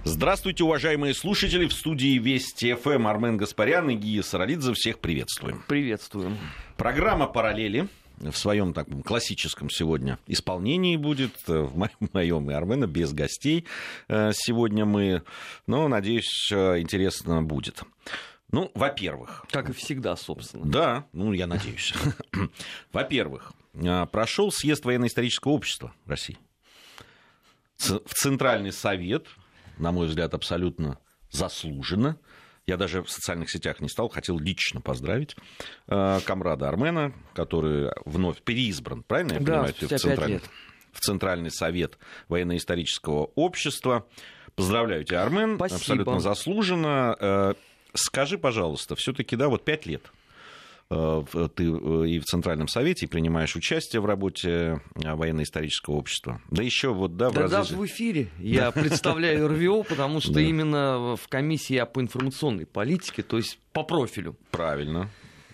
Здравствуйте, уважаемые слушатели. В студии Вести ФМ Армен Гаспарян и Гия Саралидзе. Всех приветствуем. Приветствуем. Программа «Параллели» в своем таком классическом сегодня исполнении будет. В моем и Армена без гостей сегодня мы. Но, надеюсь, интересно будет. Ну, во-первых... Как и всегда, собственно. Да, ну, я надеюсь. Во-первых, прошел съезд военно-исторического общества России. В Центральный совет, на мой взгляд, абсолютно заслуженно. Я даже в социальных сетях не стал, хотел лично поздравить комрада Армена, который вновь переизбран, правильно я понимаю? В Центральный совет военно-исторического общества. Поздравляю тебя, Армен. Спасибо. Абсолютно заслуженно. Скажи, пожалуйста, все-таки, да, вот 5 лет ты и в Центральном совете принимаешь участие в работе военно-исторического общества. Да еще вот, да, даже в эфире я представляю РВО, потому что именно в комиссии по информационной политике, то есть по профилю. Правильно.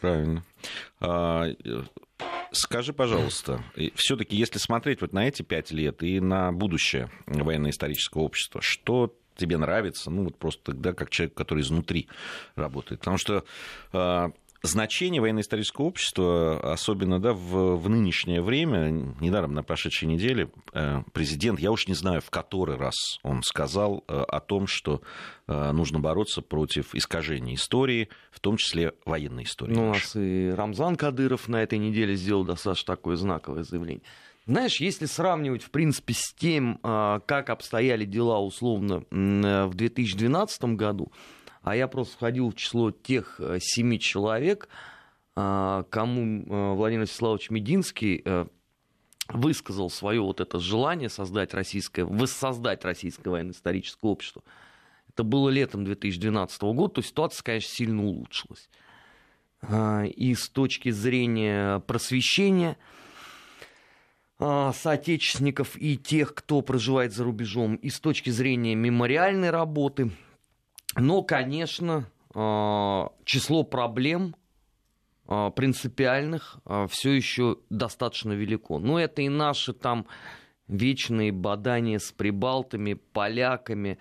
Скажи, пожалуйста, все-таки, если смотреть вот на эти 5 лет и на будущее военно-исторического общества, что тебе нравится, ну вот просто тогда как человек, который изнутри работает, потому что значение военно-исторического общества, особенно да, в нынешнее время, недаром на прошедшей неделе президент, я уж не знаю, в который раз он сказал о том, что нужно бороться против искажений истории, в том числе военной истории. Ну, у нас и Рамзан Кадыров на этой неделе сделал достаточно такое знаковое заявление. Знаешь, если сравнивать, в принципе, с тем, как обстояли дела, условно, в 2012 году, а я просто входил в число тех 7 человек, кому Владимир Всеславович Мединский высказал свое вот это желание воссоздать российское военно-историческое общество. Это было летом 2012 года, то ситуация, конечно, сильно улучшилась. И с точки зрения просвещения соотечественников и тех, кто проживает за рубежом, и с точки зрения мемориальной работы. Но, конечно, число проблем принципиальных все еще достаточно велико. Но это и наши там вечные бадания с прибалтами, поляками,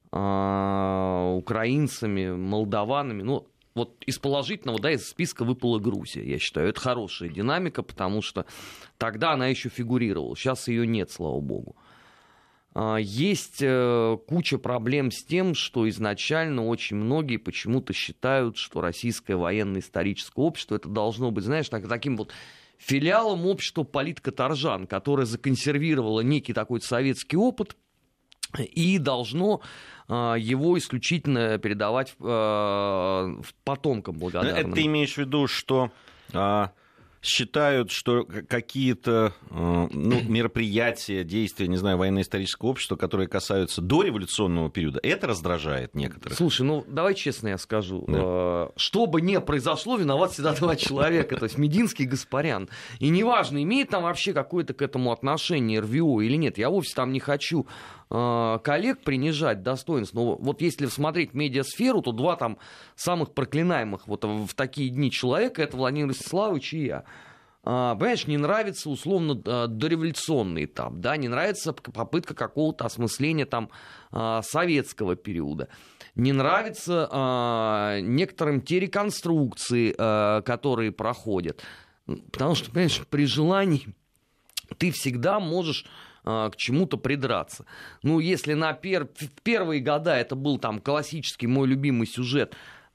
украинцами, молдаванами. Ну, вот из положительного, да, из списка выпала Грузия, я считаю. Это хорошая динамика, потому что тогда она еще фигурировала. Сейчас ее нет, слава богу. Есть куча проблем с тем, что изначально очень многие почему-то считают, что российское военно-историческое общество это должно быть, знаешь, таким вот филиалом общества политкоторжан, которое законсервировало некий такой советский опыт и должно его исключительно передавать потомкам благодарным. Это ты имеешь в виду, что считают, что какие-то мероприятия, действия, не знаю, военно-исторического общества, которые касаются дореволюционного периода, это раздражает некоторых? Слушай, ну давай честно я скажу. Да. Что бы ни произошло, виноват всегда два человека, то есть Мединский и Гаспарян. И неважно, имеет там вообще какое-то к этому отношение РВО или нет. Я вовсе там не хочу коллег принижать достоинство. Но вот если смотреть медиасферу, то два там самых проклинаемых вот в такие дни человека — это Владимир Всеславович и я. Понимаешь, не нравится условно дореволюционный этап, да, не нравится попытка какого-то осмысления там советского периода. Не нравятся некоторым те реконструкции, которые проходят. Потому что, понимаешь, при желании ты всегда можешь к чему-то придраться. Ну, если в первые года это был там классический мой любимый сюжет,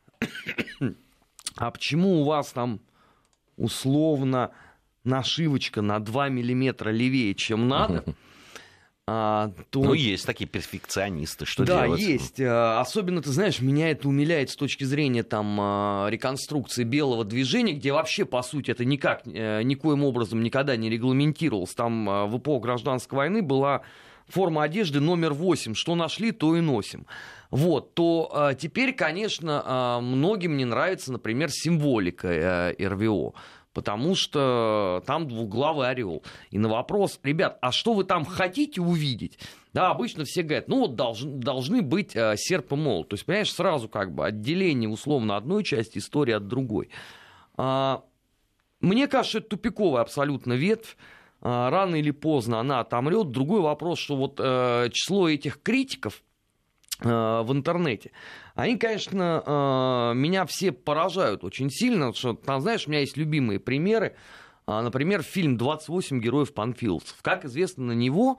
а почему у вас там условно нашивочка на 2 миллиметра левее, чем надо, то... Ну, есть такие перфекционисты, что да, делать? Да, есть. Особенно, ты знаешь, меня это умиляет с точки зрения там реконструкции белого движения, где вообще, по сути, это никоим образом никогда не регламентировалось. Там в эпоху гражданской войны была форма одежды номер 8. Что нашли, то и носим. Вот, то теперь, конечно, многим не нравится, например, символика РВО. Потому что там двуглавый орел. И на вопрос: ребят, а что вы там хотите увидеть? Да, обычно все говорят, ну вот должны быть серп и молот. То есть, понимаешь, сразу как бы отделение условно одной части истории от другой. Мне кажется, это тупиковая абсолютно ветвь. Рано или поздно она отомрет. Другой вопрос, что вот число этих критиков, в интернете. Они, конечно, меня все поражают очень сильно, что, там, знаешь, у меня есть любимые примеры. Например, фильм «28 героев панфиловцев». Как известно, на него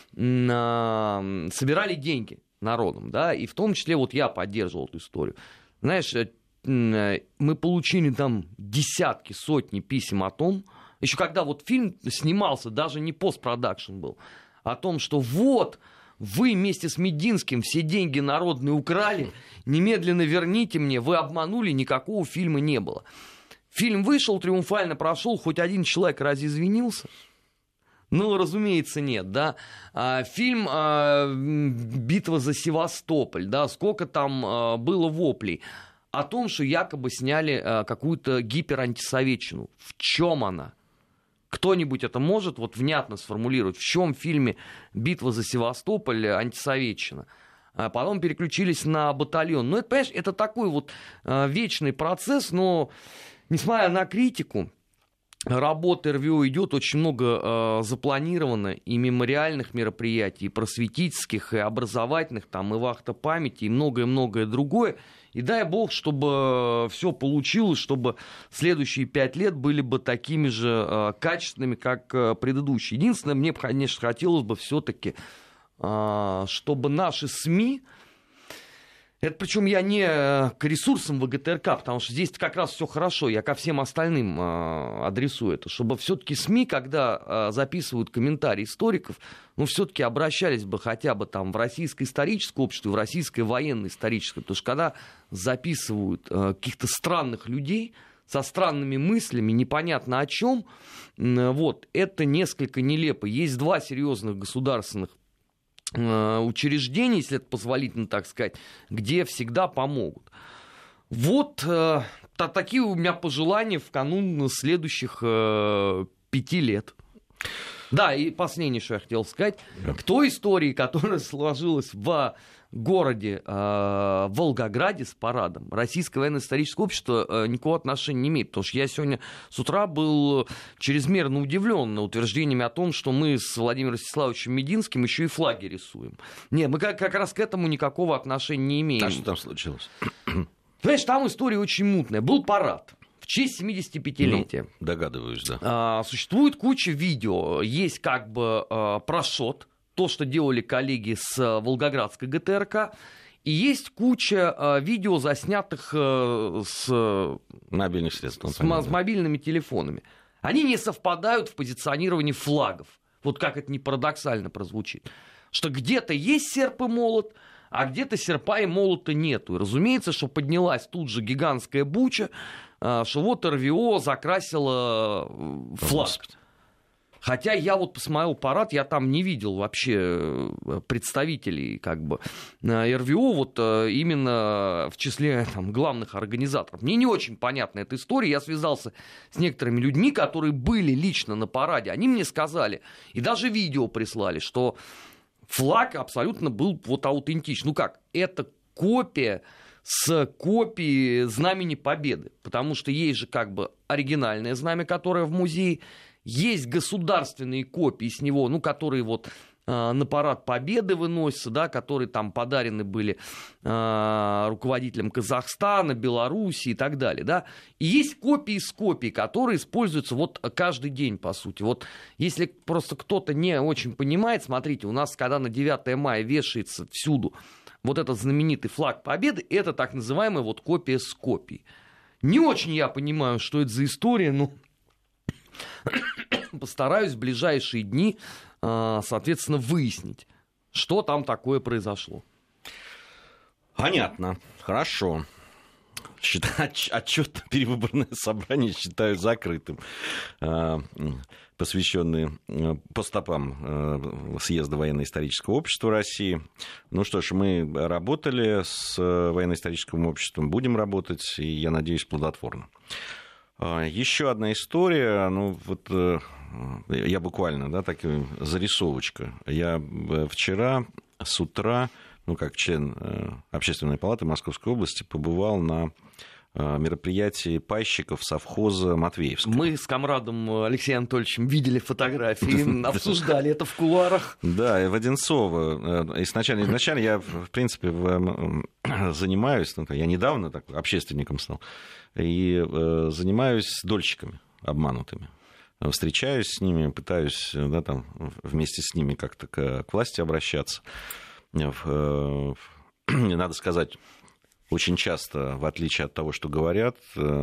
собирали деньги народом, да, и в том числе вот я поддерживал эту историю. Знаешь, мы получили там десятки, сотни писем о том, еще когда вот фильм снимался, даже не постпродакшн был, о том, что вот, вы вместе с Мединским все деньги народные украли, немедленно верните мне, вы обманули, никакого фильма не было. Фильм вышел, триумфально прошел, хоть один человек разве извинился? Ну, разумеется, нет, да. Фильм «Битва за Севастополь», да, сколько там было воплей о том, что якобы сняли какую-то гиперантисоветчину. В чем она? Кто-нибудь это может вот внятно сформулировать? В чем в фильме «Битва за Севастополь» антисоветчина? Потом переключились на «Батальон». Ну, это, понимаешь, это такой вот вечный процесс, но, несмотря на критику, работы РВО идет, очень много запланировано и мемориальных мероприятий, и просветительских, и образовательных, там, и вахта памяти, и многое-многое другое. И дай бог, чтобы все получилось, чтобы следующие 5 лет были бы такими же качественными, как предыдущие. Единственное, мне, конечно, хотелось бы все-таки, чтобы наши СМИ, это причем я не к ресурсам ВГТРК, потому что здесь как раз все хорошо, я ко всем остальным адресую это, чтобы все-таки СМИ, когда записывают комментарии историков, ну, все-таки обращались бы хотя бы там в российское историческое общество, в российское военно-историческое, потому что когда записывают каких-то странных людей со странными мыслями, непонятно о чем, вот, это несколько нелепо. Есть 2 серьезных государственных учреждений, если это позволительно так сказать, где всегда помогут. Вот такие у меня пожелания в канун следующих 5 лет. Да, и последнее, что я хотел сказать, к той истории, которая сложилась в городе Волгограде с парадом, Российское военно-историческое общество никакого отношения не имеет, потому что я сегодня с утра был чрезмерно удивлен утверждениями о том, что мы с Владимиром Ростиславовичем Мединским еще и флаги рисуем. Нет, мы как раз к этому никакого отношения не имеем. А что там случилось? Понимаешь, там история очень мутная. Был парад в честь 75-летия. Ну, догадываюсь, да. Существует куча видео, есть как бы прошот, то, что делали коллеги с Волгоградской ГТРК, и есть куча видео, заснятых с мобильных средств, с мобильными телефонами. Они не совпадают в позиционировании флагов. Вот как это не парадоксально прозвучит. Что где-то есть серп и молот, а где-то серпа и молота нету. И разумеется, что поднялась тут же гигантская буча, что вот РВО закрасило флаг. Хотя я вот посмотрел парад, я там не видел вообще представителей как бы РВО вот именно в числе там, главных организаторов. Мне не очень понятна эта история. Я связался с некоторыми людьми, которые были лично на параде. Они мне сказали, и даже видео прислали, что флаг абсолютно был вот аутентичен. Ну как, это копия с копией Знамени Победы. Потому что есть же как бы оригинальное знамя, которое в музее. Есть государственные копии с него, ну, которые вот на парад Победы выносятся, да, которые там подарены были руководителям Казахстана, Белоруссии и так далее, да. И есть копии с копий, которые используются вот каждый день, по сути. Вот если просто кто-то не очень понимает, смотрите, у нас, когда на 9 мая вешается всюду вот этот знаменитый флаг Победы, это так называемая вот копия с копий. Не очень я понимаю, что это за история, но постараюсь в ближайшие дни, соответственно, выяснить, что там такое произошло. Понятно. Хорошо. Отчет перевыборное собрание считаю закрытым, посвященный по стопам съезда военно-исторического общества России. Ну что ж, мы работали с военно-историческим обществом, будем работать, и, я надеюсь, плодотворно. Еще одна история, ну вот я буквально, да, такая зарисовочка. Я вчера с утра, ну как член Общественной палаты Московской области, побывал на мероприятии пайщиков совхоза Матвеевского. Мы с комрадом Алексеем Анатольевичем видели фотографии, обсуждали это в кулуарах. Да, в Одинцово. Изначально я, в принципе, занимаюсь, я недавно так общественником стал, и занимаюсь дольщиками обманутыми. Встречаюсь с ними, пытаюсь там, вместе с ними как-то к власти обращаться. Надо сказать, очень часто, в отличие от того, что говорят,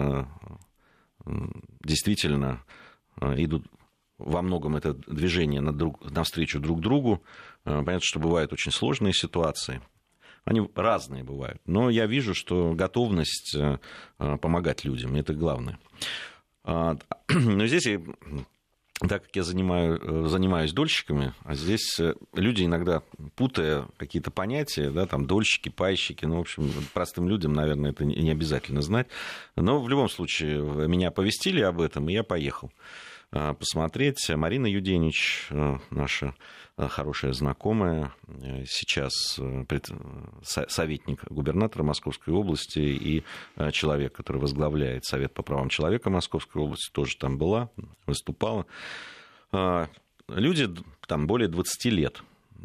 действительно идут во многом это движение навстречу друг другу. Понятно, что бывают очень сложные ситуации. Они разные бывают. Но я вижу, что готовность помогать людям – это главное. Но здесь, так как я занимаюсь дольщиками, а здесь люди иногда, путая какие-то понятия, да, там дольщики, пайщики, в общем, простым людям, наверное, это не обязательно знать. Но в любом случае меня оповестили об этом, и я поехал посмотреть. Марина Юденич, наша хорошая знакомая, сейчас советник губернатора Московской области и человек, который возглавляет Совет по правам человека Московской области, тоже там была, выступала. Люди там более 20 лет,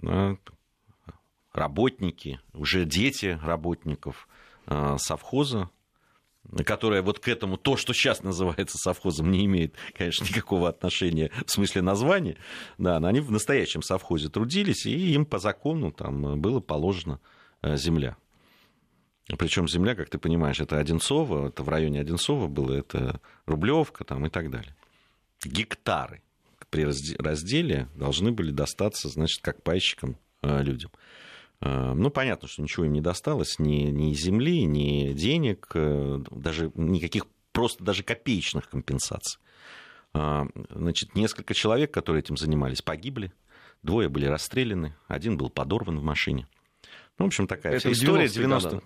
работники, уже дети работников совхоза, которая вот к этому, то, что сейчас называется совхозом, не имеет, конечно, никакого отношения в смысле названия. Да, но они в настоящем совхозе трудились, и им по закону там было положена земля. Причем земля, как ты понимаешь, это Одинцово, это в районе Одинцова было, это Рублевка там, и так далее. Гектары при разделе должны были достаться, значит, как пайщикам людям. Ну, понятно, что ничего им не досталось, ни земли, ни денег, даже никаких, просто даже копеечных компенсаций. Значит, несколько человек, которые этим занимались, погибли, 2 были расстреляны, 1 был подорван в машине. Ну, в общем, такая вся история 90-х.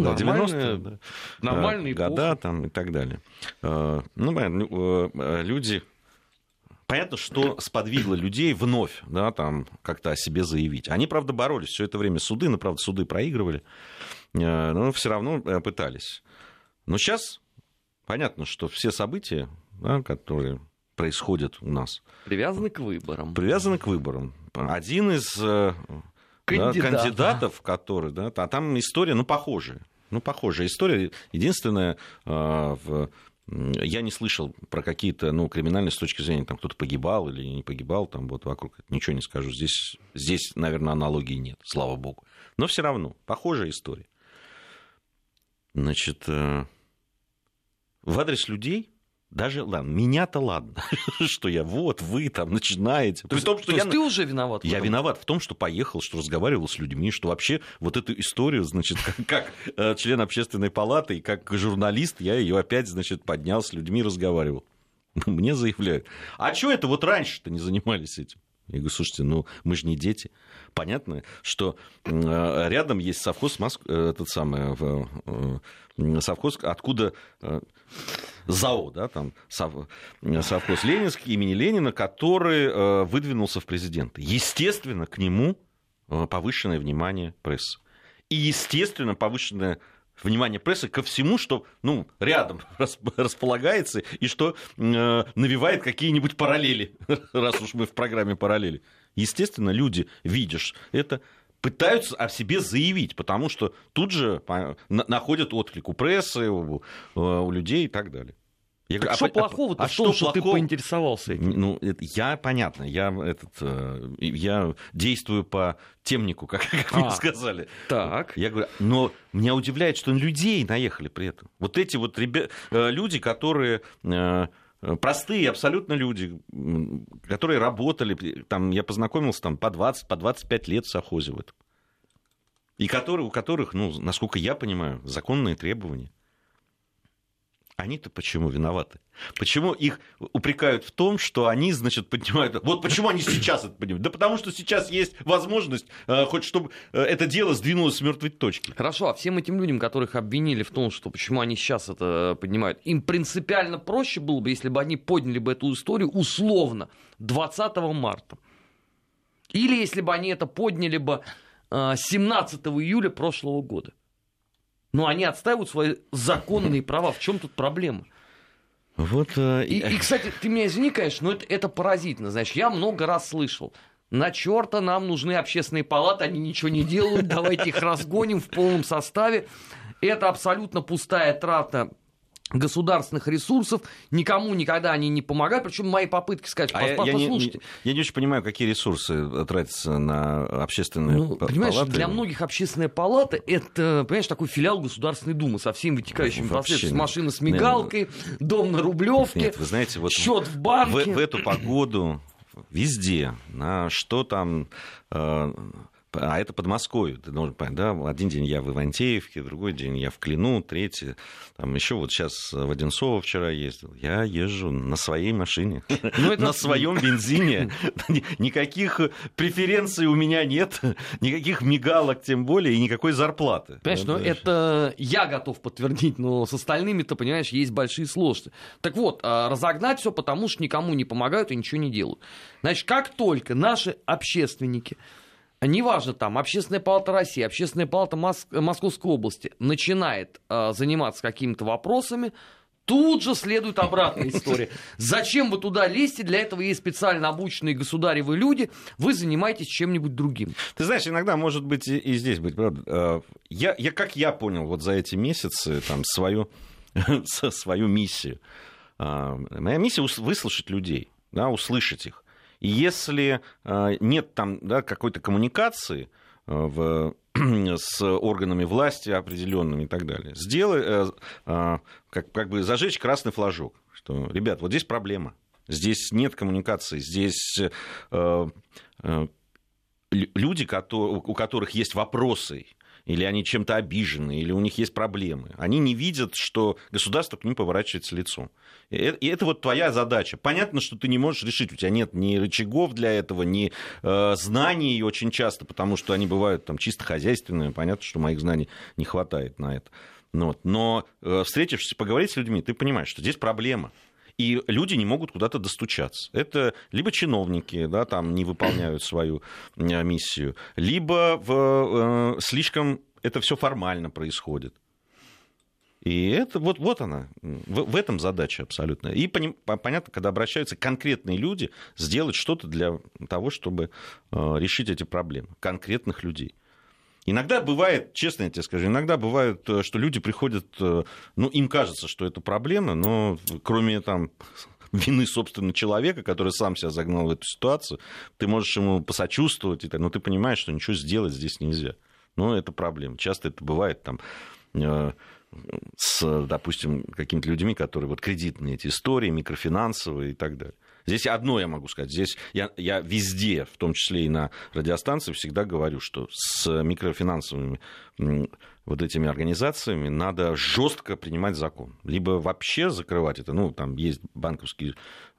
Нормальные года там, и так далее. Ну, понятно, люди... Понятно, что сподвигло людей вновь, да, там, как-то о себе заявить. Они, правда, боролись все это время суды, но, правда, суды проигрывали, но все равно пытались. Но сейчас понятно, что все события, да, которые происходят у нас... Привязаны к выборам. Один из кандидатов, который... Да, а там история, похожая. Похожая история. Единственное... Я не слышал про какие-то криминальные с точки зрения, там кто-то погибал или не погибал, там вот вокруг, ничего не скажу. Здесь, наверное, аналогии нет, слава богу. Но все равно, похожая история. Значит, в адрес людей, даже, ладно, меня-то ладно, что вы там начинаете. То есть ты уже виноват? Я виноват в том, что поехал, что разговаривал с людьми, что вообще вот эту историю, значит, как член общественной палаты и как журналист, я ее опять, значит, поднял с людьми, разговаривал. Мне заявляют, а что это вот раньше-то не занимались этим? Я говорю, слушайте, мы же не дети. Понятно, что рядом есть совхоз, совхоз, откуда ЗАО, да, там, совхоз Ленинский, имени Ленина, который выдвинулся в президенты. Естественно, к нему повышенное внимание прессы. И, естественно, повышенное внимание прессы ко всему, что рядом располагается и что навевает какие-нибудь параллели, раз уж мы в программе параллели. Естественно, люди, видишь это, пытаются о себе заявить, потому что тут же находят отклик у прессы, у людей и так далее. Я говорю, что плохого-то в том, что ты поинтересовался этим? Понятно, я действую по темнику, как вы сказали. Так. Я говорю, но меня удивляет, что на людей наехали при этом. Вот эти вот люди, которые... Простые абсолютно люди, которые работали, там, я познакомился там, по 20, по 25 лет в совхозе в этом. И у которых, насколько я понимаю, законные требования. Они-то почему виноваты? Почему их упрекают в том, что они, значит, поднимают... Вот почему они сейчас это поднимают? Да потому что сейчас есть возможность, хоть чтобы это дело сдвинулось с мертвой точки. Хорошо, а всем этим людям, которых обвинили в том, что почему они сейчас это поднимают, им принципиально проще было бы, если бы они подняли бы эту историю условно 20 марта. Или если бы они это подняли бы 17 июля прошлого года. Но они отстаивают свои законные права. В чем тут проблема? Вот, и, кстати, ты меня извини, конечно, но это поразительно. Значит, я много раз слышал: на черта нам нужны общественные палаты, они ничего не делают, давайте их разгоним в полном составе. Это абсолютно пустая трата государственных ресурсов, никому никогда они не помогают, причем мои попытки сказать, послушайте. Я не очень понимаю, какие ресурсы тратятся на общественные палаты. Понимаешь, для многих общественная палата — это, понимаешь, такой филиал Государственной Думы со всеми вытекающими последствиями. Машина с мигалкой, дом на Рублевке, нет, вы знаете, вот счет в банке. В эту погоду везде, на что там... А это Подмосковье, ты должен понять, да? Один день я в Ивантеевке, другой день я в Клину, третий. Там еще вот сейчас в Одинцово вчера ездил. Я езжу на своей машине, на своем бензине. Никаких преференций у меня нет, никаких мигалок тем более, и никакой зарплаты. Понимаешь, ну это я готов подтвердить, но с остальными-то, понимаешь, есть большие сложности. Так вот, разогнать все, потому что никому не помогают и ничего не делают. Значит, как только наши общественники... Неважно, там, Общественная палата России, Общественная палата Московской области начинает заниматься какими-то вопросами, тут же следует обратная история. Зачем вы туда лезете? Для этого есть специально обученные государевы люди, вы занимаетесь чем-нибудь другим. Ты знаешь, иногда, может быть, и здесь быть, правда. Как я понял вот за эти месяцы там, свою миссию. Моя миссия — выслушать людей, да, услышать их. И если нет там, да, какой-то коммуникации с органами власти определенными и так далее, как бы зажечь красный флажок, что, ребят, вот здесь проблема, здесь нет коммуникации, здесь люди, у которых есть вопросы, или они чем-то обижены, или у них есть проблемы. Они не видят, что государство к ним поворачивается лицом. И это вот твоя задача. Понятно, что ты не можешь решить, у тебя нет ни рычагов для этого, ни знаний очень часто, потому что они бывают там чисто хозяйственные. Понятно, что моих знаний не хватает на это. Но встретившись, поговорить с людьми, ты понимаешь, что здесь проблема. И люди не могут куда-то достучаться. Это либо чиновники, да, там не выполняют свою миссию, либо слишком это все формально происходит. И это вот она, в этом задача абсолютно. И понятно, когда обращаются конкретные люди, сделать что-то для того, чтобы решить эти проблемы конкретных людей. Иногда бывает, честно я тебе скажу, иногда бывает, что люди приходят, им кажется, что это проблема, но кроме там вины, собственно, человека, который сам себя загнал в эту ситуацию, ты можешь ему посочувствовать, но ты понимаешь, что ничего сделать здесь нельзя. Но это проблема. Часто это бывает там с, допустим, какими-то людьми, которые вот кредитные эти истории, микрофинансовые и так далее. Здесь одно я могу сказать. Здесь я везде, в том числе и на радиостанции, всегда говорю, что с микрофинансовыми вот этими организациями надо жестко принимать закон. Либо вообще закрывать это. Там есть банковские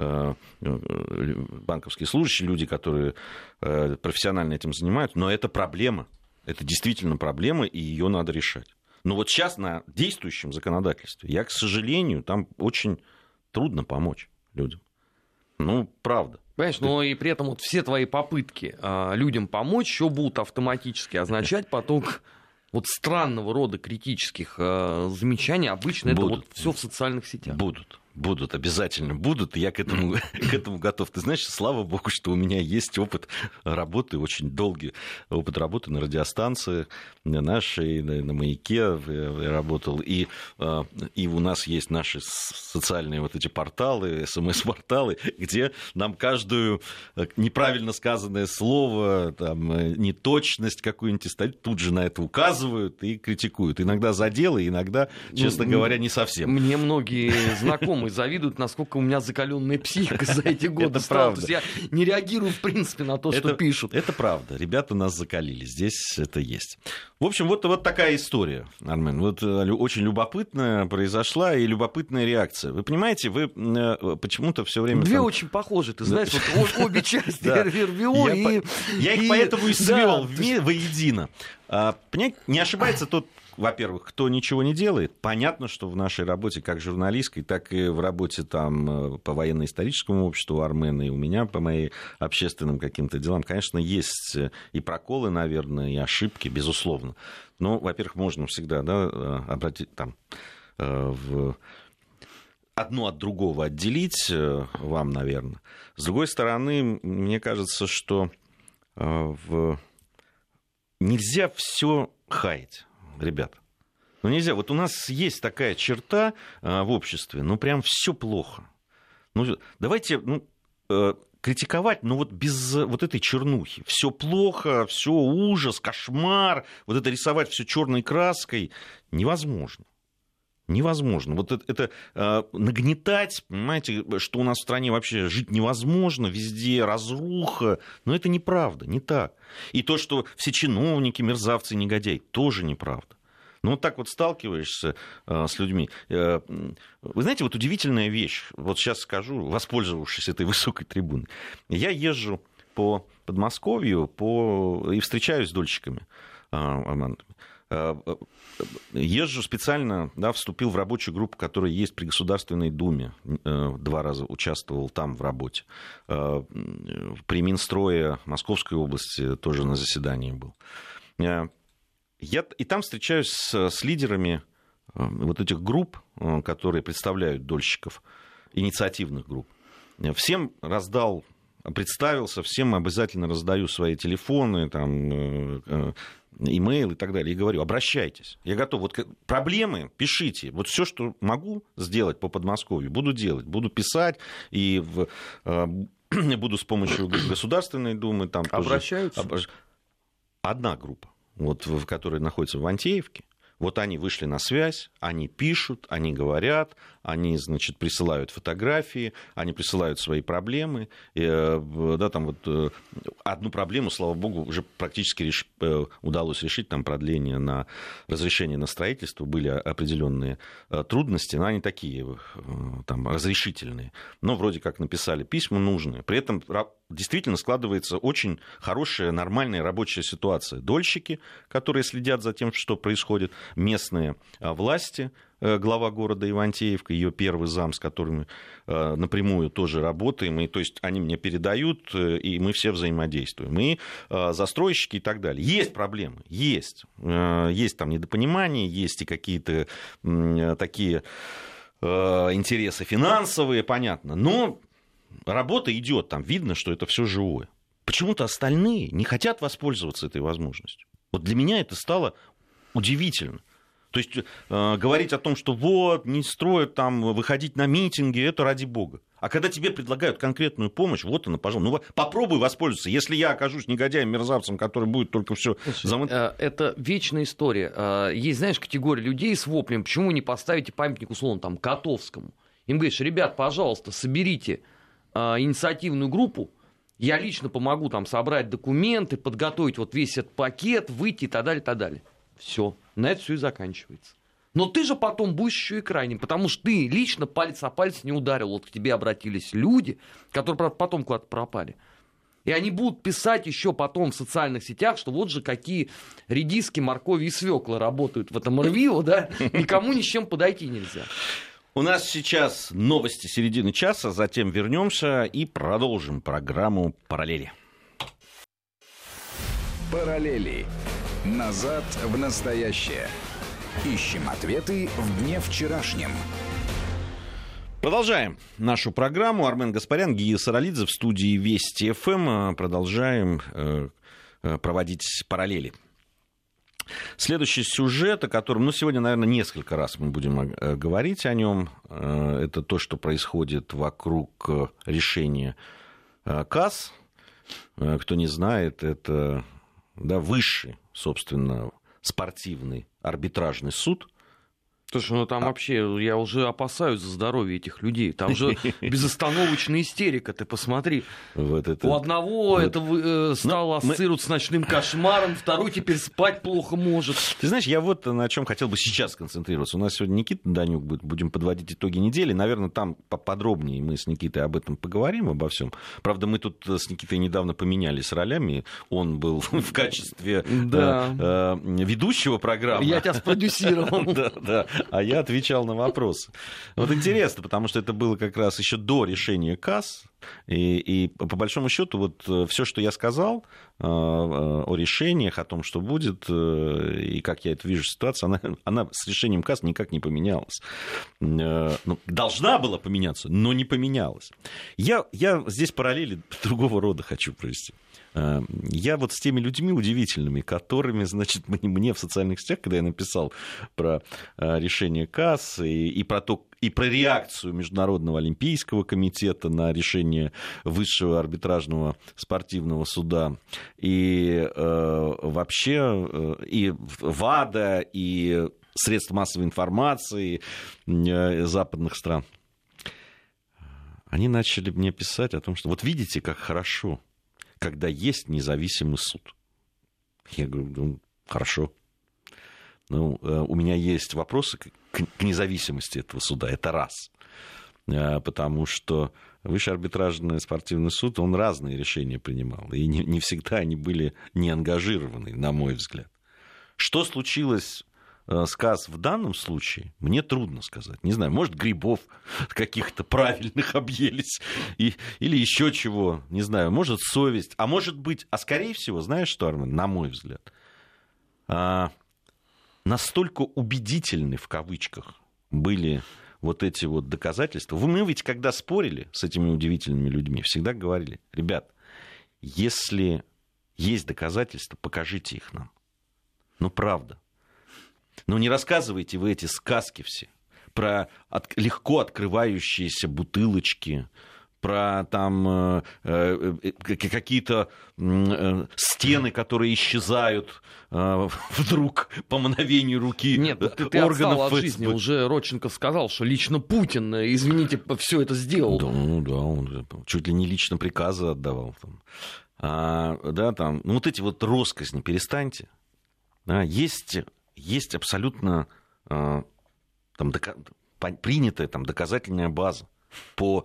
служащие, люди, которые профессионально этим занимаются. Но это проблема. Это действительно проблема, и ее надо решать. Но вот сейчас на действующем законодательстве, к сожалению, там очень трудно помочь людям. Правда. Понимаешь, но и при этом вот все твои попытки людям помочь еще будут автоматически означать поток вот странного рода критических замечаний. Обычно это вот все в социальных сетях. Будут, обязательно будут. Я к этому готов. Ты знаешь, слава богу, что у меня есть опыт работы, очень долгий опыт работы на радиостанции нашей, на «Маяке» я работал. И у нас есть наши социальные вот эти порталы, СМС-порталы, где нам каждую неправильно сказанное слово, там, неточность какую-нибудь тут же на это указывают и критикуют. Иногда за дело, иногда, честно говоря, не совсем. Мне многие знакомые завидуют, насколько у меня закаленная психика за эти годы стала. То есть я не реагирую, в принципе, на то, что пишут. Это правда. Ребята нас закалили. Здесь это есть. В общем, вот такая история, Армен. Вот очень любопытная произошла и любопытная реакция. Вы понимаете, вы почему-то все время... Две очень похожи. Ты знаешь, вот обе части РВО. Я их поэтому и свел воедино. Понимаете, не ошибается тот, во-первых, кто ничего не делает. Понятно, что в нашей работе, как журналистской, так и в работе там, по военно-историческому обществу Армена, и у меня по моим общественным каким-то делам, конечно, есть и проколы, наверное, и ошибки, безусловно. Но, во-первых, можно всегда обратить там, одно от другого отделить вам, наверное. С другой стороны, мне кажется, что нельзя все хаять, ребята. Ну, нельзя. Вот у нас есть такая черта в обществе, ну, прям все плохо. Ну, давайте, критиковать, но вот без вот этой чернухи. Все плохо, все ужас, кошмар. Вот это рисовать все черной краской невозможно. Невозможно. Вот это нагнетать, понимаете, что у нас в стране вообще жить невозможно, везде разруха. Но это неправда, не так. И то, что все чиновники, мерзавцы, негодяи, тоже неправда. Ну, вот так вот сталкиваешься с людьми. Вы знаете, вот удивительная вещь. Вот сейчас скажу, воспользовавшись этой высокой трибуной. Я езжу по Подмосковью и встречаюсь с дольщиками. Езжу специально, вступил в рабочую группу, которая есть при Государственной Думе. 2 раза участвовал там в работе. При Минстрое Московской области тоже на заседании был. Я и там встречаюсь с лидерами вот этих групп, которые представляют дольщиков, инициативных групп. Всем представился, всем обязательно раздаю свои телефоны, там, имейл и так далее, и говорю, обращайтесь. Я готов. Вот проблемы пишите. Вот все, что могу сделать по Подмосковью, буду делать. Буду писать и буду с помощью Государственной Думы. Там обращаются? Одна группа, вот, которая находится в Антеевке. Вот они вышли на связь, они пишут, они говорят, они, значит, присылают фотографии, они присылают свои проблемы. Там вот одну проблему, слава богу, уже практически удалось решить, там продление на разрешение на строительство, были определенные трудности, но они такие там разрешительные. Но вроде как написали письма нужные. При этом действительно складывается очень хорошая, нормальная рабочая ситуация. Дольщики, которые следят за тем, что происходит, местные власти, глава города Ивантеевка, ее первый зам, с которыми напрямую тоже работаем, и то есть они мне передают, и мы все взаимодействуем, и застройщики и так далее. Есть проблемы, есть там недопонимания, есть и какие-то такие интересы финансовые, понятно, но работа идет, там видно, что это все живое. Почему-то остальные не хотят воспользоваться этой возможностью. Вот для меня это стало удивительно. То есть говорить о том, что вот, не строят там, выходить на митинги, это ради бога. А когда тебе предлагают конкретную помощь, вот она, пожалуйста, попробуй воспользоваться. Если я окажусь негодяем, мерзавцем, который будет только все замыть. Это вечная история. Есть, знаешь, категория людей с воплем, почему вы не поставите памятник, условно, там, Котовскому. Им говоришь, ребят, пожалуйста, соберите инициативную группу, я лично помогу там собрать документы, подготовить вот весь этот пакет, выйти и так далее, и так далее. Все, на это все и заканчивается. Но ты же потом будешь еще и крайним, потому что ты лично палец о палец не ударил. Вот к тебе обратились люди, которые, правда, потом куда-то пропали. И они будут писать еще потом в социальных сетях, что вот же какие редиски, моркови и свеклы работают в этом РВИО, да, никому ни с чем подойти нельзя. У нас сейчас новости середины часа, затем вернемся и продолжим программу «Параллели». «Параллели». Назад в настоящее. Ищем ответы в дне вчерашнем. Продолжаем нашу программу. Армен Гаспарян, Гия Саралидзе в студии Вести ФМ. Продолжаем проводить параллели. Следующий сюжет, о котором, сегодня, наверное, несколько раз мы будем говорить о нем, это то, что происходит вокруг решения КАС. Кто не знает, это высший, собственно, спортивный арбитражный суд Слушай, ну там вообще, я уже опасаюсь за здоровье этих людей. Там же безостановочная истерика, ты посмотри. Вот это... У одного это стало ассоциироваться с ночным кошмаром, второй теперь спать плохо может. Ты знаешь, я вот на чем хотел бы сейчас сконцентрироваться. У нас сегодня Никита Данюк будет, будем подводить итоги недели. Наверное, там поподробнее мы с Никитой об этом поговорим, обо всем. Правда, мы тут с Никитой недавно поменялись ролями. Он был в качестве ведущего программы. Я тебя спродюсировал. Да. А я отвечал на вопросы. Вот интересно, потому что это было как раз еще до решения КАС. И по большому счету, вот все, что я сказал о решениях, о том, что будет, и как я это вижу ситуацию, она с решением КАС никак не поменялась. Должна была поменяться, но не поменялась. Я здесь параллели другого рода хочу провести. Я вот с теми людьми удивительными, которыми, значит, мне в социальных сетях, когда я написал про решение КАС и про то, и про реакцию Международного олимпийского комитета на решение Высшего арбитражного спортивного суда, и вообще и ВАДА, и средств массовой информации западных стран, они начали мне писать о том, что вот видите, как хорошо, когда есть независимый суд. Я говорю, хорошо. У меня есть вопросы к независимости этого суда. Это раз. Потому что Высший арбитражный спортивный суд, он разные решения принимал. И не всегда они были неангажированы, на мой взгляд. Что случилось с КАС в данном случае, мне трудно сказать. Не знаю, может, грибов каких-то правильных объелись, или еще чего, не знаю, может, совесть, а может быть, скорее всего, знаешь что, Армен, на мой взгляд, настолько убедительны, в кавычках, были вот эти вот доказательства. Мы ведь, когда спорили с этими удивительными людьми, всегда говорили, ребят, если есть доказательства, покажите их нам. Правда. Не рассказывайте вы эти сказки все про легко открывающиеся бутылочки, про там какие-то стены, которые исчезают вдруг по мановению руки. Нет, ты отстал от жизни. Уже Родченков сказал, что лично Путин, извините, все это сделал. Да, он чуть ли не лично приказы отдавал. Вот эти вот россказни, перестаньте. Есть абсолютно принятая доказательная база по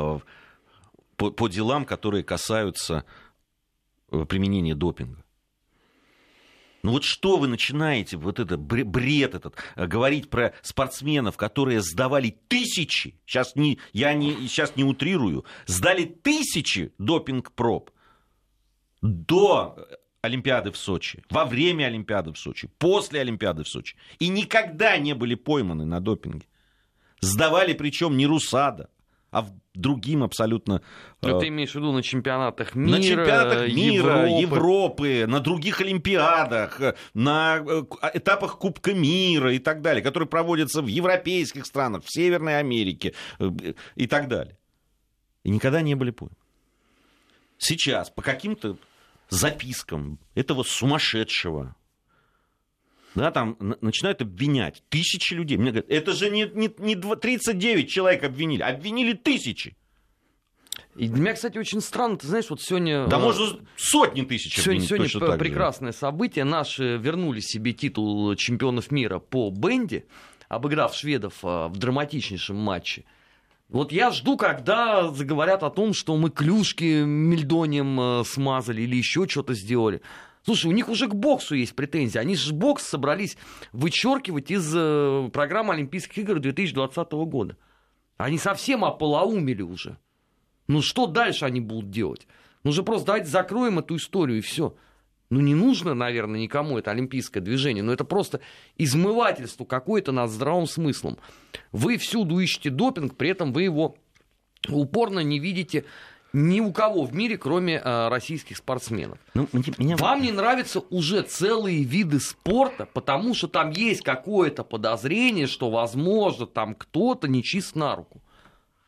делам, которые касаются применения допинга. Вот что вы начинаете, вот это бред этот, говорить про спортсменов, которые сдавали тысячи, я сейчас не утрирую, сдали тысячи допинг-проб до Олимпиады в Сочи, во время Олимпиады в Сочи, после Олимпиады в Сочи. И никогда не были пойманы на допинге. Сдавали причем не РУСАДА, а другим абсолютно... Ты имеешь в виду на чемпионатах мира, Европы, на других Олимпиадах, на этапах Кубка мира и так далее, которые проводятся в европейских странах, в Северной Америке и так далее. И никогда не были пойманы. Сейчас по каким-то запискам этого сумасшедшего, там начинают обвинять тысячи людей. Мне говорят, это же не 39 человек обвинили тысячи. И для меня, кстати, очень странно, ты знаешь, вот сегодня... Да, может, сотни тысяч обвинить. Сегодня прекрасное событие. Наши вернули себе титул чемпионов мира по бенди, обыграв шведов в драматичнейшем матче. Вот я жду, когда заговорят о том, что мы клюшки мельдонием смазали или еще что-то сделали. Слушай, у них уже к боксу есть претензии. Они же бокс собрались вычеркивать из программы Олимпийских игр 2020 года. Они совсем ополоумели уже. Что дальше они будут делать? Же просто давайте закроем эту историю и все. Не нужно, наверное, никому это олимпийское движение, но это просто измывательство какое-то над здравым смыслом. Вы всюду ищете допинг, при этом вы его упорно не видите ни у кого в мире, кроме российских спортсменов. Вам не нравятся уже целые виды спорта, потому что там есть какое-то подозрение, что, возможно, там кто-то нечист на руку.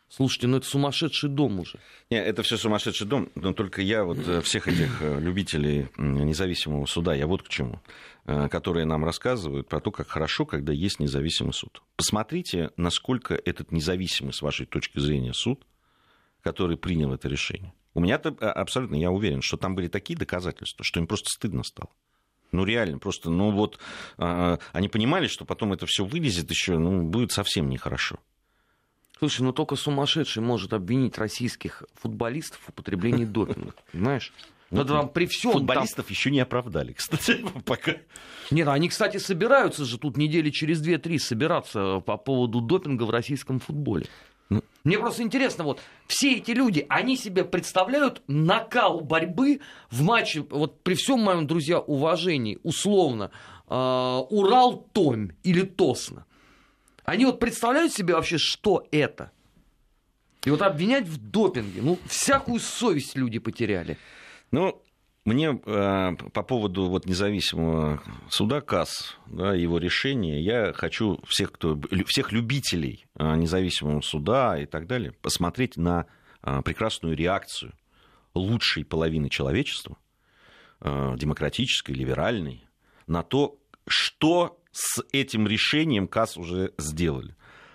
Слушайте, ну это сумасшедший дом уже. Нет, это все сумасшедший дом, но только я вот всех этих любителей независимого суда, я вот к чему, которые нам рассказывают про то, как хорошо, когда есть независимый суд. Посмотрите, насколько этот независимый, с вашей точки зрения, суд, который принял это решение. У меня-то абсолютно, я уверен, что там были такие доказательства, что им просто стыдно стало. Ну, реально, просто, ну вот, они понимали, что потом это все вылезет еще, ну, будет совсем нехорошо. Слушай, ну только сумасшедший может обвинить российских футболистов в употреблении допинга, понимаешь? Ну, там при всем футболистов там... еще не оправдали, кстати, пока. Нет, они, кстати, собираются же тут недели через 2-3 собираться по поводу допинга в российском футболе. Мне просто интересно, вот все эти люди, они себе представляют накал борьбы в матче, вот при всем моем, друзья, уважении, условно, Урал-Томь или Тосно. Они вот представляют себе вообще, что это? И вот обвинять в допинге, ну, всякую совесть люди потеряли. Ну, мне по поводу вот независимого суда КАС, да, его решения, я хочу всех любителей независимого суда и так далее посмотреть на прекрасную реакцию лучшей половины человечества, демократической, либеральной, на то, что с этим решением КАС уже сделали.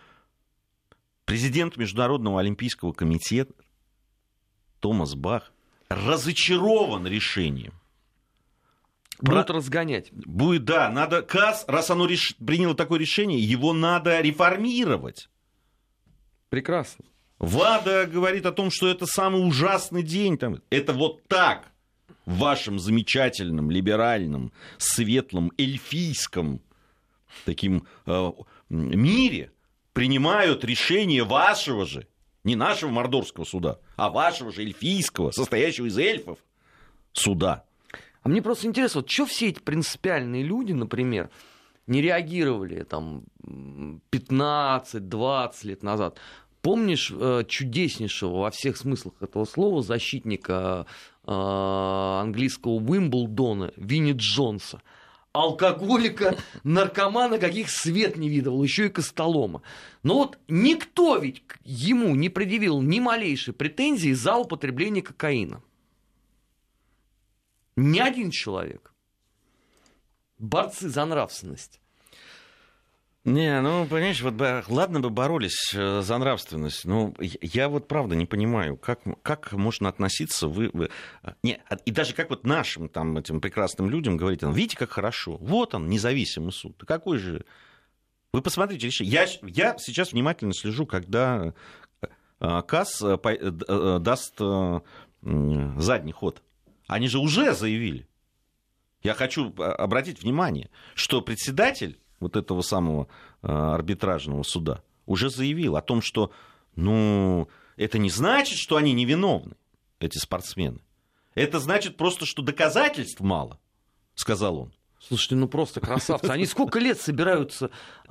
Президент Международного олимпийского комитета Томас Бах разочарован решением. Будут разгонять. Будет, да, надо КАС, раз оно приняло такое решение, его надо реформировать. Прекрасно. ВАДА говорит о том, что это самый ужасный день. Там. Это вот так в вашем замечательном, либеральном, светлом, эльфийском таким мире принимают решение вашего же, не нашего мордорского суда, а вашего же эльфийского, состоящего из эльфов, суда. А мне просто интересно, вот что все эти принципиальные люди, например, не реагировали там 15-20 лет назад? Помнишь чудеснейшего во всех смыслах этого слова защитника английского Уимблдона Винни Джонса? Алкоголика, наркомана, каких свет не видывал, еще и костолома. Но вот никто ведь ему не предъявил ни малейшей претензии за употребление кокаина. Ни один человек. Борцы за нравственность. Не, ну, понимаешь, вот ладно бы боролись за нравственность, но я вот правда не понимаю, как можно относиться и даже как вот нашим там этим прекрасным людям говорить, видите, как хорошо, вот он, независимый суд, какой же... Вы посмотрите, я сейчас внимательно слежу, когда КАС даст задний ход. Они же уже заявили. Я хочу обратить внимание, что председатель вот этого самого арбитражного суда уже заявил о том, что, ну, это не значит, что они невиновны, эти спортсмены. Это значит просто, что доказательств мало, сказал он. Слушайте, ну просто красавцы. Они сколько лет собираются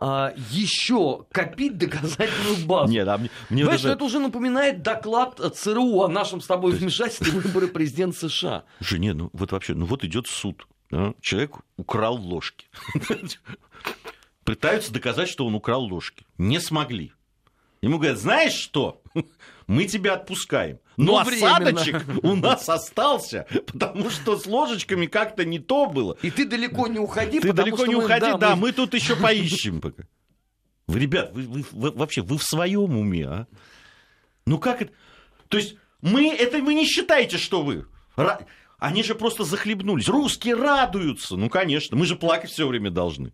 еще копить доказательную базу? Нет, мне знаешь, это уже напоминает доклад ЦРУ о нашем с тобой вмешательстве в выборы президента США. Слушай, нет, ну вот вообще, ну вот идет суд. Да? Человек украл ложки. Пытаются доказать, что он украл ложки. Не смогли. Ему говорят, знаешь что? Мы тебя отпускаем. Но осадочек у нас остался, потому что с ложечками как-то не то было. И ты далеко не уходи. Ты далеко не уходи, да, мы тут еще поищем пока. Вы, ребят, вы вообще, вы в своем уме, а? Ну как это? То есть вы не считаете, что вы... Они же просто захлебнулись. Русские радуются. Ну, конечно, мы же плакать все время должны.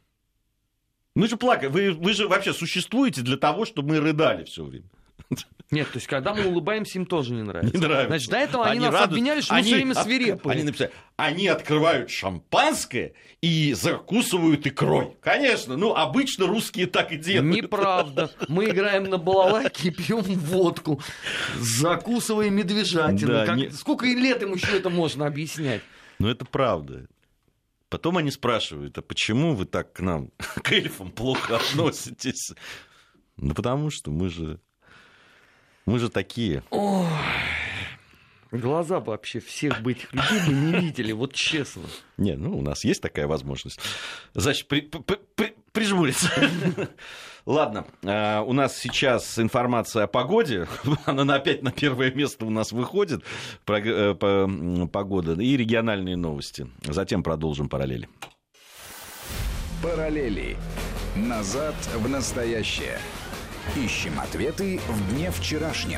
Мы же плакать. Вы же вообще существуете для того, чтобы мы рыдали все время. Нет, то есть, когда мы улыбаемся, им тоже не нравится. Не нравится. Значит, до этого они нас обвиняли, что мы все время свирепые. Они написали, они открывают шампанское и закусывают икрой. Конечно, ну, обычно русские так и делают. Неправда. Мы играем на балалайке и пьем водку, закусывая медвежатину. Да, сколько лет им еще это можно объяснять? Ну, это правда. Потом они спрашивают, а почему вы так к нам, к эльфам, плохо относитесь? Ну, потому что мы же такие. Ой, глаза бы вообще всех бы этих людей бы не видели, вот честно. Не, ну, у нас есть такая возможность. Значит, прижмуриться. Ладно, у нас сейчас информация о погоде. Она опять на первое место у нас выходит. Погода и региональные новости. Затем продолжим параллели. Параллели. Назад в настоящее. Ищем ответы в дне вчерашнем.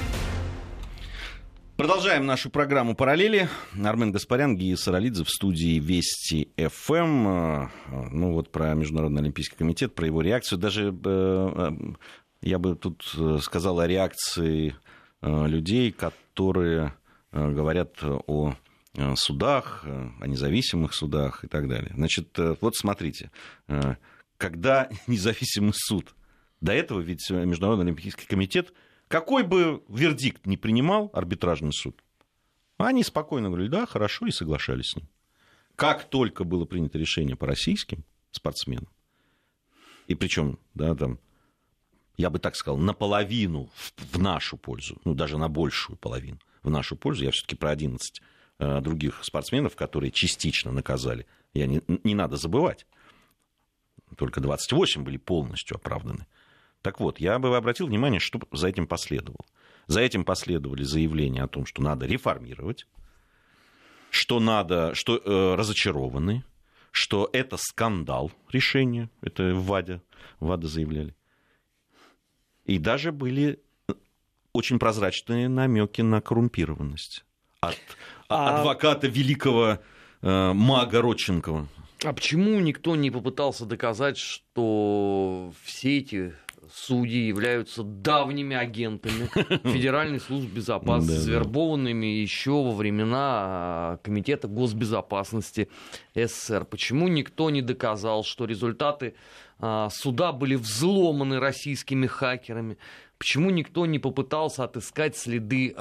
Продолжаем нашу программу «Параллели». Армен Гаспарян, Гия Саралидзе в студии Вести ФМ. Ну вот про Международный Олимпийский комитет, про его реакцию. Даже я бы тут сказал о реакции людей, которые говорят о судах, о независимых судах и так далее. Значит, вот смотрите, когда независимый суд, до этого ведь Международный Олимпийский комитет, какой бы вердикт ни принимал арбитражный суд, они спокойно говорили, да, хорошо, и соглашались с ним. Как только было принято решение по российским спортсменам, и причем, да, там, я бы так сказал, наполовину в нашу пользу, ну, даже на большую половину в нашу пользу, я все-таки про 11 других спортсменов, которые частично наказали, не надо забывать, только 28 были полностью оправданы. Так вот, я бы обратил внимание, что за этим последовало. За этим последовали заявления о том, что надо реформировать, что разочарованы, что это скандал решение, это ВАДА заявляли. И даже были очень прозрачные намеки на коррумпированность от адвоката великого мага Родченкова. А почему никто не попытался доказать, что все эти судьи являются давними агентами Федеральной службы безопасности, завербованными еще во времена Комитета госбезопасности СССР? Почему никто не доказал, что результаты суда были взломаны российскими хакерами? Почему никто не попытался отыскать следы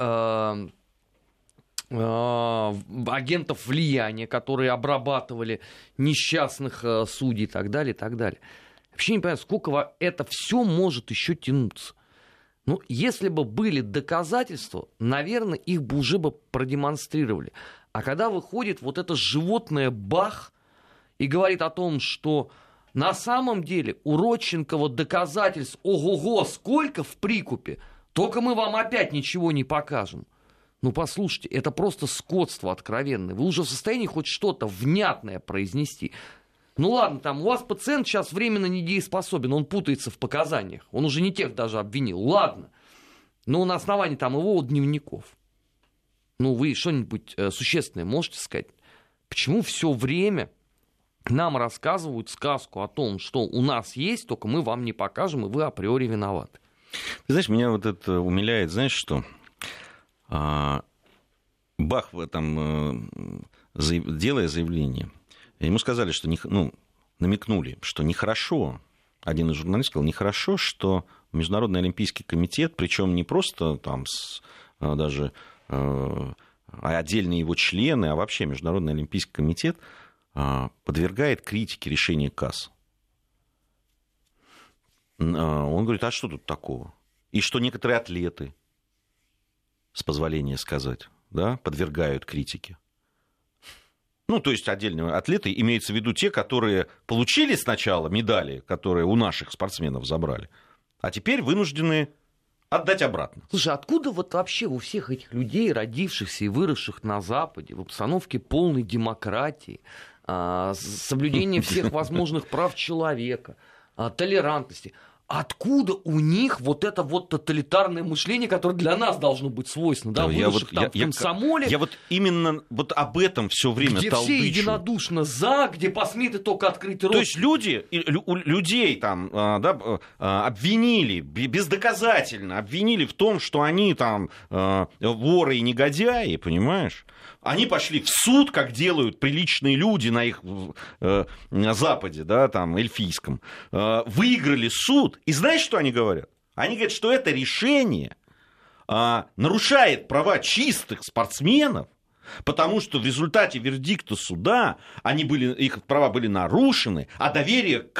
агентов влияния, которые обрабатывали несчастных судей и так далее, и так далее? Вообще не понимаю, сколько это все может еще тянуться. Ну, если бы были доказательства, наверное, их бы уже продемонстрировали. А когда выходит вот это животное Бах и говорит о том, что на самом деле у Родченкова доказательств ого-го сколько в прикупе, только мы вам опять ничего не покажем. Ну, послушайте, это просто скотство откровенное. Вы уже в состоянии хоть что-то внятное произнести. Ну ладно, там у вас пациент сейчас временно недееспособен, он путается в показаниях, он уже не тех даже обвинил, ладно. Но на основании там его дневников. Ну вы что-нибудь существенное можете сказать? Почему все время нам рассказывают сказку о том, что у нас есть, только мы вам не покажем, и вы априори виноваты? Ты знаешь, меня вот это умиляет, знаешь что? Бах там, делая заявление, ему сказали, что намекнули, что нехорошо, один из журналистов сказал, нехорошо, что Международный Олимпийский комитет, причем не просто там даже отдельные его члены, а вообще Международный Олимпийский комитет подвергает критике решения КАС. Он говорит, а что тут такого? И что некоторые атлеты, с позволения сказать, да, подвергают критике. Ну, то есть отдельные атлеты, имеется в виду те, которые получили сначала медали, которые у наших спортсменов забрали, а теперь вынуждены отдать обратно. Слушай, откуда вот вообще у всех этих людей, родившихся и выросших на Западе, в обстановке полной демократии, соблюдения всех возможных прав человека, толерантности, откуда у них вот это вот тоталитарное мышление, которое для нас должно быть свойственно, да, выросших там в комсомоле? Я вот именно вот об этом все время где толдычу. Все единодушно за, где посмеет только открыть рот. То есть людей там обвинили, бездоказательно обвинили в том, что они там воры и негодяи, понимаешь? Они пошли в суд, как делают приличные люди на их на Западе, да, там, эльфийском, выиграли суд. И знаешь, что они говорят? Они говорят, что это решение нарушает права чистых спортсменов, потому что в результате вердикта суда их права были нарушены, а доверие к КАС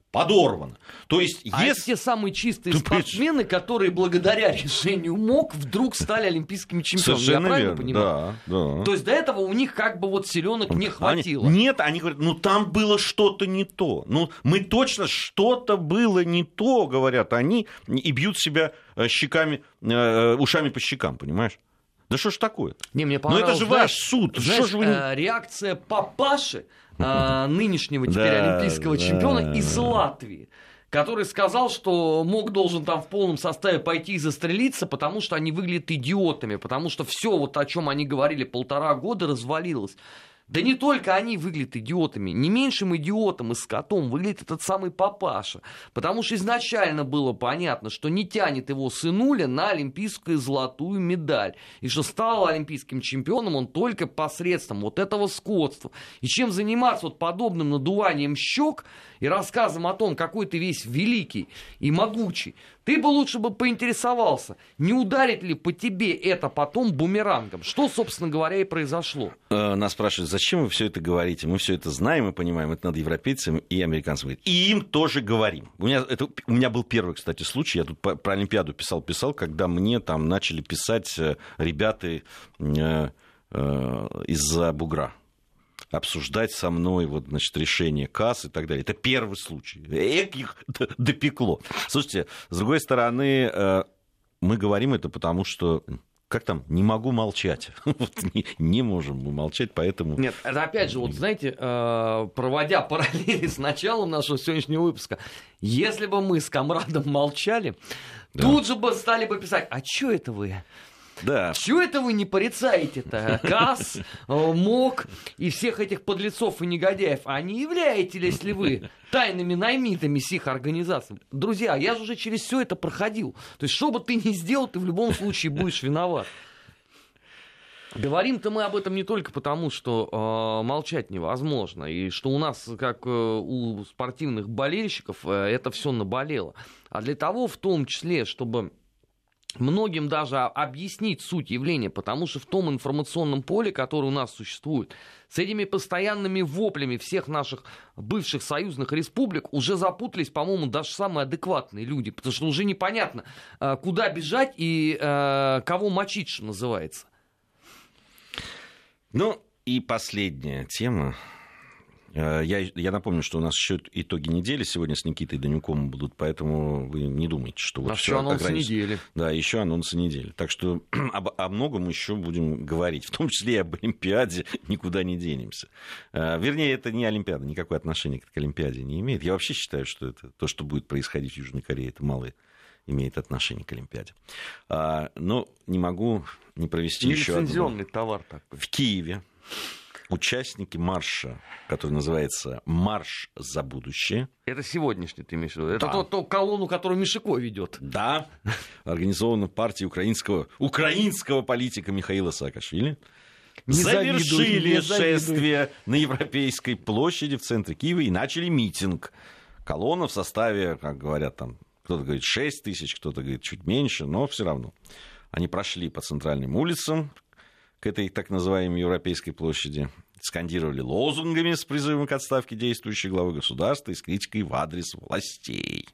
подорвана. То есть, это те самые чистые спортсмены, которые благодаря решению МОК вдруг стали олимпийскими чемпионами. Совершенно Я правильно верно, понимаю? да. То есть до этого у них как бы вот силенок не хватило. Они говорят, там было что-то не то. Мы точно что-то было не то, говорят они, и бьют себя ушами по щекам, понимаешь? Да что ж такое-то? Мне это же ваш суд. Реакция папаши нынешнего теперь олимпийского чемпиона из Латвии, который сказал, что МОК должен там в полном составе пойти и застрелиться, потому что они выглядят идиотами, потому что все, вот о чем они говорили 1,5 года, развалилось. Да не только они выглядят идиотами, не меньшим идиотом и скотом выглядит этот самый папаша. Потому что изначально было понятно, что не тянет его сынуля на олимпийскую золотую медаль. И что стал олимпийским чемпионом он только посредством вот этого скотства. И чем заниматься вот подобным надуванием щек и рассказом о том, какой ты весь великий и могучий, ты бы лучше бы поинтересовался, не ударит ли по тебе это потом бумерангом. Что, собственно говоря, и произошло. Нас спрашивают, зачем вы все это говорите? Мы все это знаем и понимаем. Это надо европейцам и американцам говорить. И им тоже говорим. У меня был первый, кстати, случай. Я тут про Олимпиаду писал, когда мне там начали писать ребята из-за бугра. Обсуждать со мной решение КАС и так далее. Это первый случай. Их допекло. Слушайте, с другой стороны, мы говорим это потому, что не могу молчать. Не можем мы молчать, поэтому... Нет, это опять же, знаете, проводя параллели с началом нашего сегодняшнего выпуска, если бы мы с Камрадом молчали, тут же бы стали бы писать, а что это вы? Да. Чего это вы не порицаете-то? КАС, МОК и всех этих подлецов и негодяев. А не являетесь ли вы тайными наймитами сих организаций? Друзья, я же уже через все это проходил. То есть, что бы ты ни сделал, ты в любом случае будешь виноват. Говорим-то мы об этом не только потому, что молчать невозможно, и что у нас, как у спортивных болельщиков, это все наболело. А для того, в том числе, чтобы... многим даже объяснить суть явления, потому что в том информационном поле, которое у нас существует, с этими постоянными воплями всех наших бывших союзных республик уже запутались, по-моему, даже самые адекватные люди, потому что уже непонятно, куда бежать и кого мочить, что называется. И последняя тема. Я напомню, что у нас еще итоги недели сегодня с Никитой Данюком будут, поэтому вы не думайте, что вот все анонсы недели. Да, еще анонсы недели. Так что о многом еще будем говорить, в том числе и об Олимпиаде, никуда не денемся. Вернее, это не Олимпиада, никакое отношение к Олимпиаде не имеет. Я вообще считаю, что это то, что будет происходить в Южной Корее, это мало имеет отношение к Олимпиаде. Но не могу не провести еще одну. Нелицензионный товар такой. В Киеве участники марша, который называется «Марш за будущее». Это сегодняшний, ты имеешь в виду? Это ту колонну, которую Мишико ведет. Да, организована партией украинского политика Михаила Саакашвили. Завершили шествие на Европейской площади в центре Киева и начали митинг. Колонна в составе, как говорят там, кто-то говорит 6 тысяч, кто-то говорит чуть меньше, но все равно. Они прошли по центральным улицам к этой так называемой Европейской площади, скандировали лозунгами с призывом к отставке действующей главы государства и с критикой в адрес властей.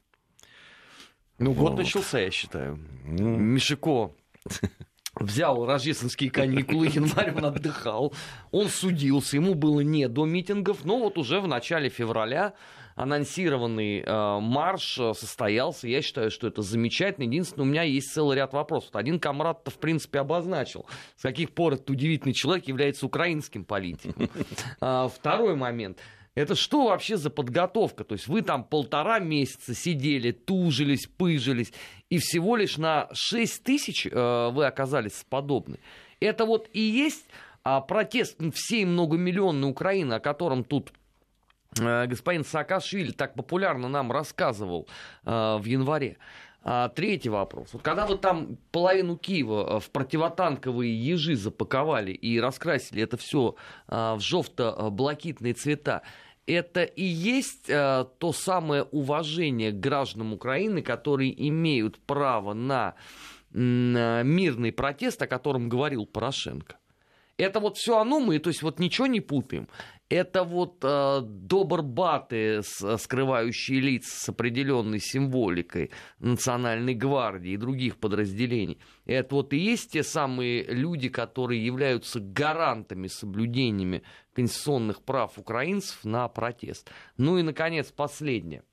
Год начался, я считаю. Мишико взял рождественские каникулы, январь он отдыхал, он судился, ему было не до митингов, но вот уже в начале февраля анонсированный марш состоялся. Я считаю, что это замечательно. Единственное, у меня есть целый ряд вопросов. Один комрад-то, в принципе, обозначил, с каких пор этот удивительный человек является украинским политиком. Второй момент. Это что вообще за подготовка? То есть вы там 1,5 месяца сидели, тужились, пыжились, и всего лишь на 6 тысяч вы оказались сподобны. Это вот и есть протест всей многомиллионной Украины, о котором тут господин Саакашвили так популярно нам рассказывал в январе. Третий вопрос. Вот когда вы там половину Киева в противотанковые ежи запаковали и раскрасили это все в желто-блакитные цвета, это и есть то самое уважение к гражданам Украины, которые имеют право на мирный протест, о котором говорил Порошенко? Это вот все оно, мы, то есть вот ничего не путаем. это вот добрбаты, скрывающие лица с определенной символикой Национальной гвардии и других подразделений. Это вот и есть те самые люди, которые являются гарантами соблюдениями конституционных прав украинцев на протест. Ну и, наконец, последнее.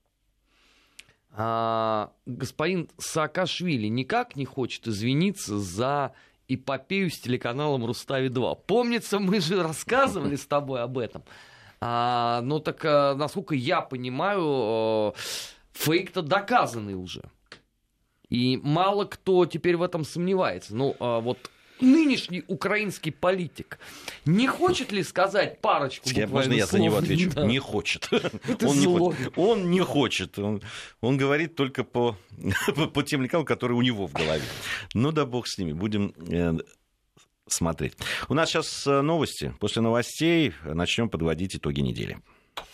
Господин Саакашвили никак не хочет извиниться за эпопею с телеканалом Рустави-2. Помнится, мы же рассказывали с тобой об этом. Ну так, насколько я понимаю, фейк-то доказанный уже. И мало кто теперь в этом сомневается. Ну, вот нынешний украинский политик не хочет ли сказать парочку буквально можно я за него отвечу? Да. Не хочет. Он не хочет. Он говорит только по тем лекалам, которые у него в голове. Ну да бог с ними. Будем смотреть. У нас сейчас новости. После новостей начнем подводить итоги недели.